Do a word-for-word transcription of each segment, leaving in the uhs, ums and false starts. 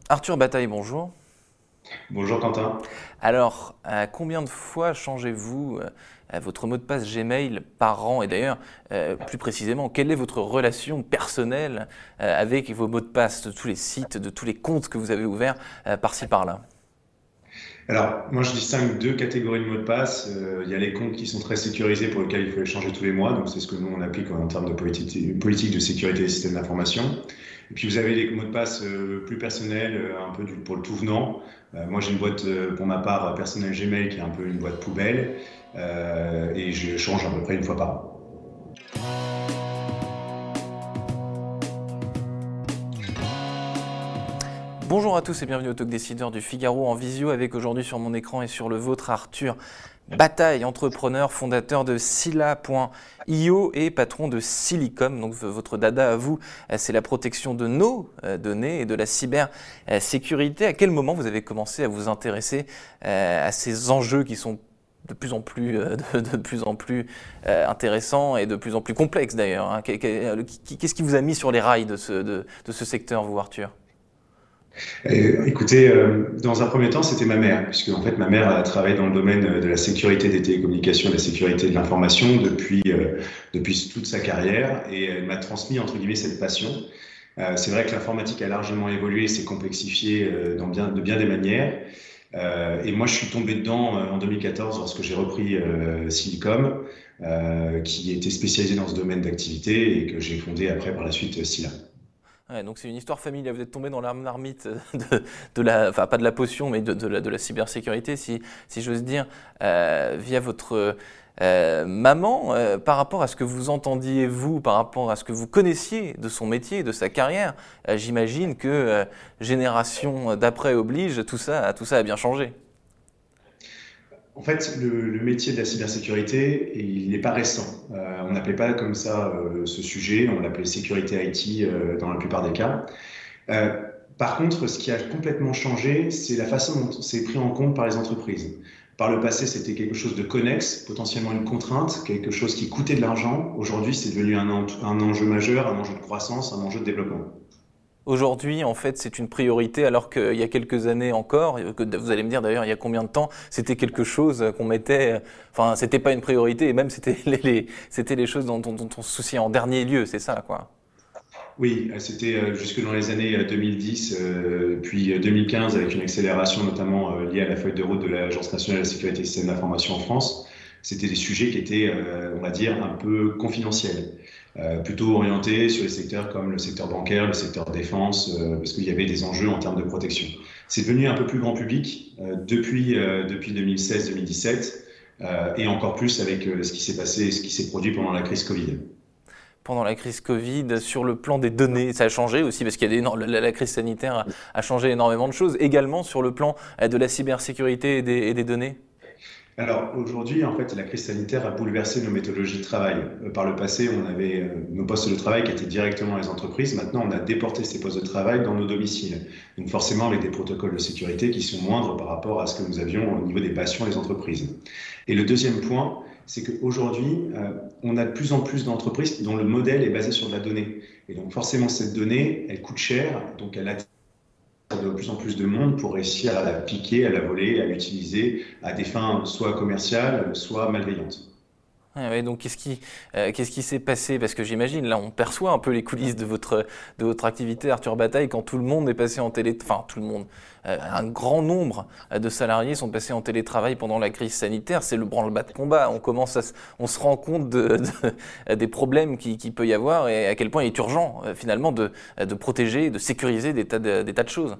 Arthur Bataille, bonjour. Bonjour Quentin. Alors, euh, combien de fois changez-vous euh, votre mot de passe Gmail par an? Et d'ailleurs, euh, plus précisément, quelle est votre relation personnelle euh, avec vos mots de passe de tous les sites, de tous les comptes que vous avez ouverts euh, par-ci par-là? Alors, moi je distingue deux catégories de mots de passe. Euh, il y a les comptes qui sont très sécurisés pour lesquels il faut les changer tous les mois. Donc, c'est ce que nous on applique en termes de politique, politique de sécurité des systèmes d'information. Et puis, vous avez les mots de passe euh, plus personnels, euh, un peu du, pour le tout venant. Euh, moi, j'ai une boîte euh, pour ma part personnelle Gmail qui est un peu une boîte poubelle. Euh, et je change à peu près une fois par an. Bonjour à tous et bienvenue au Talk Décideur du Figaro en visio avec aujourd'hui sur mon écran et sur le vôtre Arthur Bataille, entrepreneur, fondateur de Scylla point i o et patron de Silicom. Donc votre dada à vous, c'est la protection de nos données et de la cybersécurité. À quel moment vous avez commencé à vous intéresser à ces enjeux qui sont de plus en plus, de, de plus, en plus euh, intéressants et de plus en plus complexes d'ailleurs, hein? Qu'est-ce qui vous a mis sur les rails de ce, de, de ce secteur, vous Arthur? Et, écoutez, euh, dans un premier temps, c'était ma mère, puisque en fait, ma mère a travaillé dans le domaine de la sécurité des télécommunications, de la sécurité de l'information depuis, euh, depuis toute sa carrière, et elle m'a transmis, entre guillemets, cette passion. Euh, c'est vrai que l'informatique a largement évolué, s'est complexifiée euh, dans bien, de bien des manières. Euh, et moi, je suis tombé dedans euh, en deux mille quatorze lorsque j'ai repris euh, Silicom, euh, qui était spécialisé dans ce domaine d'activité et que j'ai fondé après par la suite euh, Scylla. Ouais, donc c'est une histoire familiale. Vous êtes tombé dans la marmite de, de la, enfin pas de la potion, mais de, de la, de la cybersécurité, si, si j'ose dire, euh, via votre euh, maman, euh, par rapport à ce que vous entendiez vous, par rapport à ce que vous connaissiez de son métier, de sa carrière. Euh, j'imagine que euh, génération d'après oblige, tout ça, tout ça a bien changé. En fait, le, le métier de la cybersécurité, il n'est pas récent. Euh, on n'appelait pas comme ça euh, ce sujet, on l'appelait sécurité I T euh, dans la plupart des cas. Euh, Par contre, ce qui a complètement changé, c'est la façon dont c'est pris en compte par les entreprises. Par le passé, c'était quelque chose de connexe, potentiellement une contrainte, quelque chose qui coûtait de l'argent. Aujourd'hui, c'est devenu un, en- un enjeu majeur, un enjeu de croissance, un enjeu de développement. Aujourd'hui, en fait, c'est une priorité, alors qu'il y a quelques années encore, que vous allez me dire d'ailleurs, il y a combien de temps, c'était quelque chose qu'on mettait, enfin, c'était pas une priorité, et même c'était les, les- c'était les choses dont, dont- dont on se souciait en dernier lieu, c'est ça, quoi. Oui, euh, c'était euh, jusque dans les années euh, deux mille dix, euh, puis euh, deux mille quinze, avec une accélération notamment euh, liée à la feuille de route de l'Agence nationale de la sécurité des systèmes d'information en France. C'était des sujets qui étaient, euh, on va dire, un peu confidentiels, euh, plutôt orientés sur les secteurs comme le secteur bancaire, le secteur défense, euh, parce qu'il y avait des enjeux en termes de protection. C'est devenu un peu plus grand public euh, depuis, euh, depuis deux mille seize-deux mille dix-sept, euh, et encore plus avec euh, ce qui s'est passé, ce qui s'est produit pendant la crise Covid. Pendant la crise Covid, sur le plan des données, ça a changé aussi, parce qu'il y a des, éno- la, la crise sanitaire a, a changé énormément de choses, également sur le plan euh, de la cybersécurité et des, et des données. Alors aujourd'hui, en fait, la crise sanitaire a bouleversé nos méthodologies de travail. Euh, Par le passé, on avait euh, nos postes de travail qui étaient directement dans les entreprises. Maintenant, on a déporté ces postes de travail dans nos domiciles. Donc forcément, avec des protocoles de sécurité qui sont moindres par rapport à ce que nous avions au niveau des patients et des entreprises. Et le deuxième point, c'est qu'aujourd'hui, euh, on a de plus en plus d'entreprises dont le modèle est basé sur de la donnée. Et donc forcément, cette donnée, elle coûte cher, donc elle attire de plus en plus de monde pour réussir à la piquer, à la voler, à l'utiliser à des fins soit commerciales, soit malveillantes. Ouais, ouais, donc qu'est-ce qui, euh, qu'est-ce qui s'est passé? Parce que j'imagine, là, on perçoit un peu les coulisses de votre, de votre activité, Arthur Bataille, quand tout le monde est passé en télé, enfin tout le monde, euh, un grand nombre euh, de salariés sont passés en télétravail pendant la crise sanitaire. C'est le branle-bas de combat. On commence à, se- on se rend compte de, de- des problèmes qui, qui peut y avoir et à quel point il est urgent euh, finalement de, de protéger, de sécuriser des tas de, des tas de choses.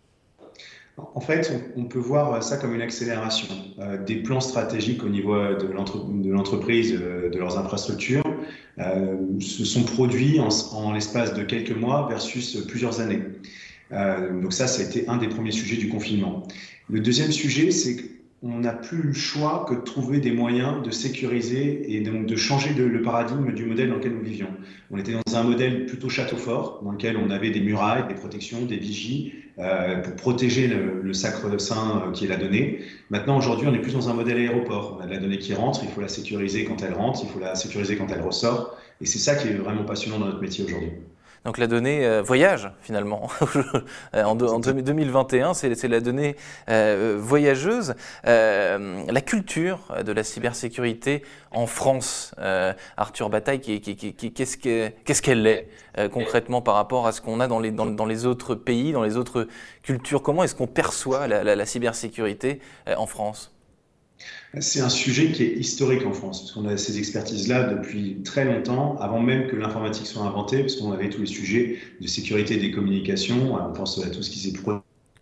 En fait, on, on peut voir ça comme une accélération. Euh, des plans stratégiques au niveau euh, de l'entre- de l'entreprise, euh, de leurs infrastructures, euh, se sont produits en, en l'espace de quelques mois versus plusieurs années. Euh, donc ça, ça a été un des premiers sujets du confinement. Le deuxième sujet, c'est qu'on n'a plus le choix que de trouver des moyens de sécuriser et donc de changer de- le paradigme du modèle dans lequel nous vivions. On était dans un modèle plutôt château fort, dans lequel on avait des murailles, des protections, des vigies euh, pour protéger le, le sacre-saint euh, qui est la donnée. Maintenant, aujourd'hui, on est plus dans un modèle aéroport. On a de la donnée qui rentre, il faut la sécuriser quand elle rentre, il faut la sécuriser quand elle ressort. Et c'est ça qui est vraiment passionnant dans notre métier aujourd'hui. Donc la donnée euh, voyage finalement. en, de, en deux mille vingt et un, c'est la donnée euh, voyageuse. Euh, la culture de la cybersécurité en France, euh, Arthur Bataille, qu'est-ce qu'elle qu'est-ce qu'elle est euh, concrètement par rapport à ce qu'on a dans les, dans, dans les autres pays, dans les autres cultures? Comment est-ce qu'on perçoit la, la, la cybersécurité euh, en France? C'est un sujet qui est historique en France, parce qu'on a ces expertises-là depuis très longtemps, avant même que l'informatique soit inventée, parce qu'on avait tous les sujets de sécurité des communications. On pense à tout ce qui s'est produit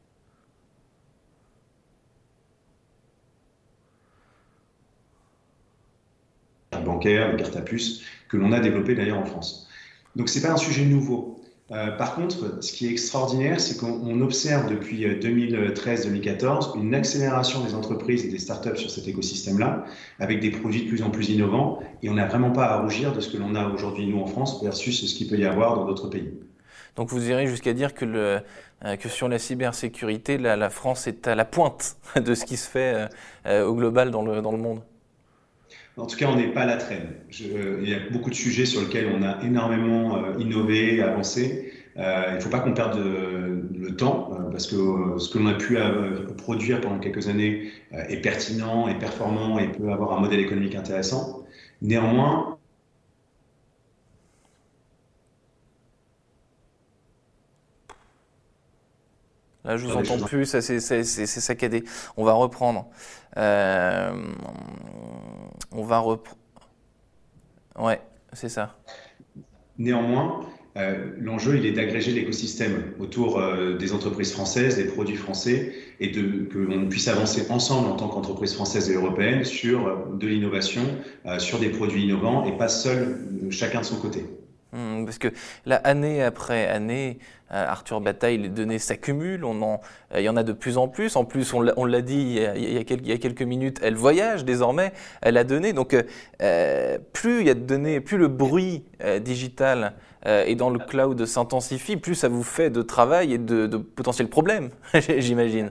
bancaire, les cartes à puce, que l'on a développé d'ailleurs en France. Donc c'est pas un sujet nouveau. Euh, par contre, ce qui est extraordinaire, c'est qu'on observe depuis deux mille treize deux mille quatorze une accélération des entreprises et des startups sur cet écosystème-là, avec des produits de plus en plus innovants, et on n'a vraiment pas à rougir de ce que l'on a aujourd'hui, nous, en France, versus ce qu'il peut y avoir dans d'autres pays. Donc vous irez jusqu'à dire que, le, euh, que sur la cybersécurité, la, la France est à la pointe de ce qui se fait euh, au global dans le, dans le monde? En tout cas, on n'est pas à la traîne. Je, euh, il y a beaucoup de sujets sur lesquels on a énormément euh, innové, avancé. Euh, il ne faut pas qu'on perde de, le temps, euh, parce que euh, ce que l'on a pu euh, produire pendant quelques années euh, est pertinent, est performant et peut avoir un modèle économique intéressant. Néanmoins, Là, je vous entends plus, ça c'est saccadé. On va reprendre. Euh, on va reprendre. Ouais, c'est ça. Néanmoins, euh, l'enjeu, il est d'agréger l'écosystème autour euh, des entreprises françaises, des produits français, et de, que l'on puisse avancer ensemble en tant qu'entreprise française et européenne sur euh, de l'innovation, euh, sur des produits innovants, et pas seul, euh, chacun de son côté. Parce que là, année après année, euh, Arthur Bataille, les données s'accumulent, on en, euh, il y en a de plus en plus. En plus, on l'a dit il y, a, il, y a quelques, il y a quelques minutes, elle voyage désormais, elle a donné. Donc, euh, plus il y a de données, plus le bruit euh, digital euh, et dans le cloud s'intensifie, plus ça vous fait de travail et de, de potentiels problèmes, j'imagine.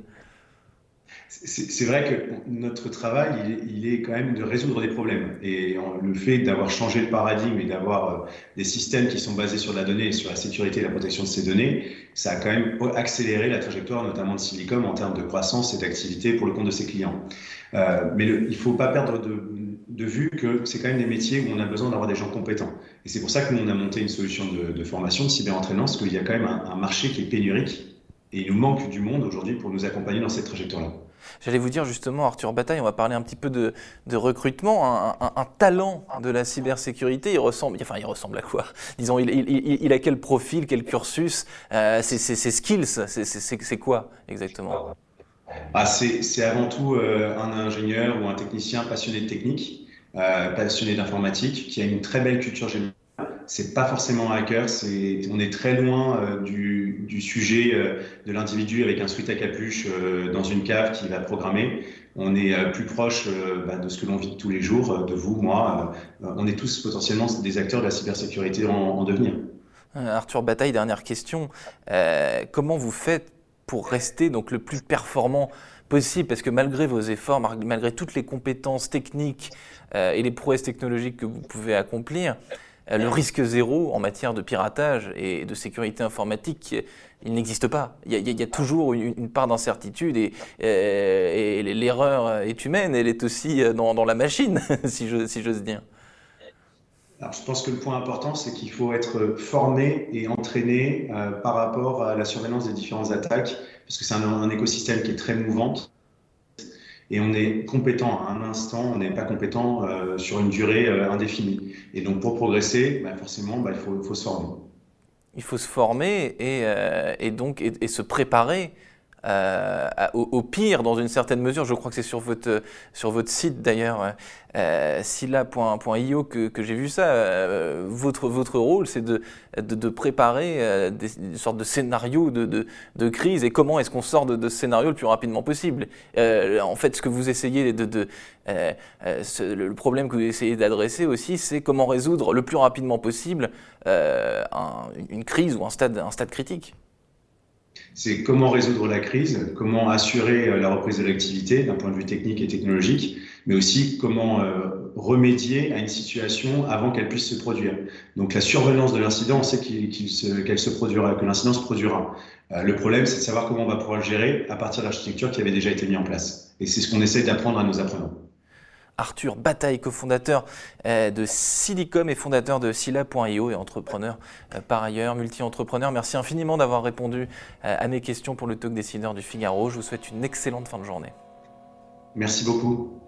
C'est vrai que notre travail, il est, il est quand même de résoudre des problèmes. Et le fait d'avoir changé le paradigme et d'avoir des systèmes qui sont basés sur la donnée et sur la sécurité et la protection de ces données, ça a quand même accéléré la trajectoire, notamment de Silicom, en termes de croissance et d'activité pour le compte de ses clients. Euh, mais le, il ne faut pas perdre de, de vue que c'est quand même des métiers où on a besoin d'avoir des gens compétents. Et c'est pour ça que nous, on a monté une solution de, de formation, de cyberentraînance, parce qu'il y a quand même un, un marché qui est pénurique. Et il nous manque du monde aujourd'hui pour nous accompagner dans cette trajectoire-là. J'allais vous dire justement, Arthur Bataille, on va parler un petit peu de, de recrutement. Un, un, un talent de la cybersécurité, il ressemble, enfin, il ressemble à quoi? Disons, il, il, il, il a quel profil, quel cursus, euh, ses, ses, ses skills, c'est quoi exactement? Ah, c'est avant tout euh, un ingénieur ou un technicien passionné de technique, euh, passionné d'informatique, qui a une très belle culture générale. C'est pas forcément un hacker, c'est, on est très loin euh, du, du sujet euh, de l'individu avec un sweat à capuche euh, dans une cave qui va programmer. On est euh, plus proche euh, bah, de ce que l'on vit tous les jours, euh, de vous, moi. Euh, on est tous potentiellement des acteurs de la cybersécurité en, en devenir. Arthur Bataille, dernière question. Euh, comment vous faites pour rester donc le plus performant possible? Parce que malgré vos efforts, malgré toutes les compétences techniques euh, et les prouesses technologiques que vous pouvez accomplir, le risque zéro en matière de piratage et de sécurité informatique, il n'existe pas. Il y, a, il y a toujours une, une part d'incertitude et, et, et l'erreur est humaine, elle est aussi dans, dans la machine, si j'ose si dire. Alors, je pense que le point important, c'est qu'il faut être formé et entraîné euh, par rapport à la surveillance des différentes attaques, parce que c'est un, un écosystème qui est très mouvant. Et on est compétent à un instant, on n'est pas compétent euh, sur une durée euh, indéfinie. Et donc pour progresser, bah, forcément, bah, il faut, faut se former. Il faut se former et, euh, et donc et, et se préparer euh, au, au pire dans une certaine mesure. Je crois que c'est sur votre, sur votre site d'ailleurs, euh, scylla point i o que, que j'ai vu ça. Euh, votre, votre rôle, c'est de, de, de préparer euh, des, des sortes de scénarios de, de, de crise et comment est-ce qu'on sort de, de ce scénario le plus rapidement possible. Euh, en fait, ce que vous essayez de... de euh, euh, ce, le problème que vous essayez d'adresser aussi, c'est comment résoudre le plus rapidement possible euh, un, une crise ou un stade, un stade critique. C'est comment résoudre la crise, comment assurer la reprise de l'activité d'un point de vue technique et technologique, mais aussi comment euh, remédier à une situation avant qu'elle puisse se produire. Donc la survenance de l'incident, on sait qu'il, qu'il se, qu'elle se produira, que l'incident se produira. Euh, le problème, c'est de savoir comment on va pouvoir le gérer à partir de l'architecture qui avait déjà été mise en place. Et c'est ce qu'on essaie d'apprendre à nos apprenants. Arthur Bataille, cofondateur de Silicom et fondateur de Scylla point io et entrepreneur par ailleurs, multi-entrepreneur. Merci infiniment d'avoir répondu à mes questions pour le Talk Décideur du Figaro. Je vous souhaite une excellente fin de journée. Merci beaucoup.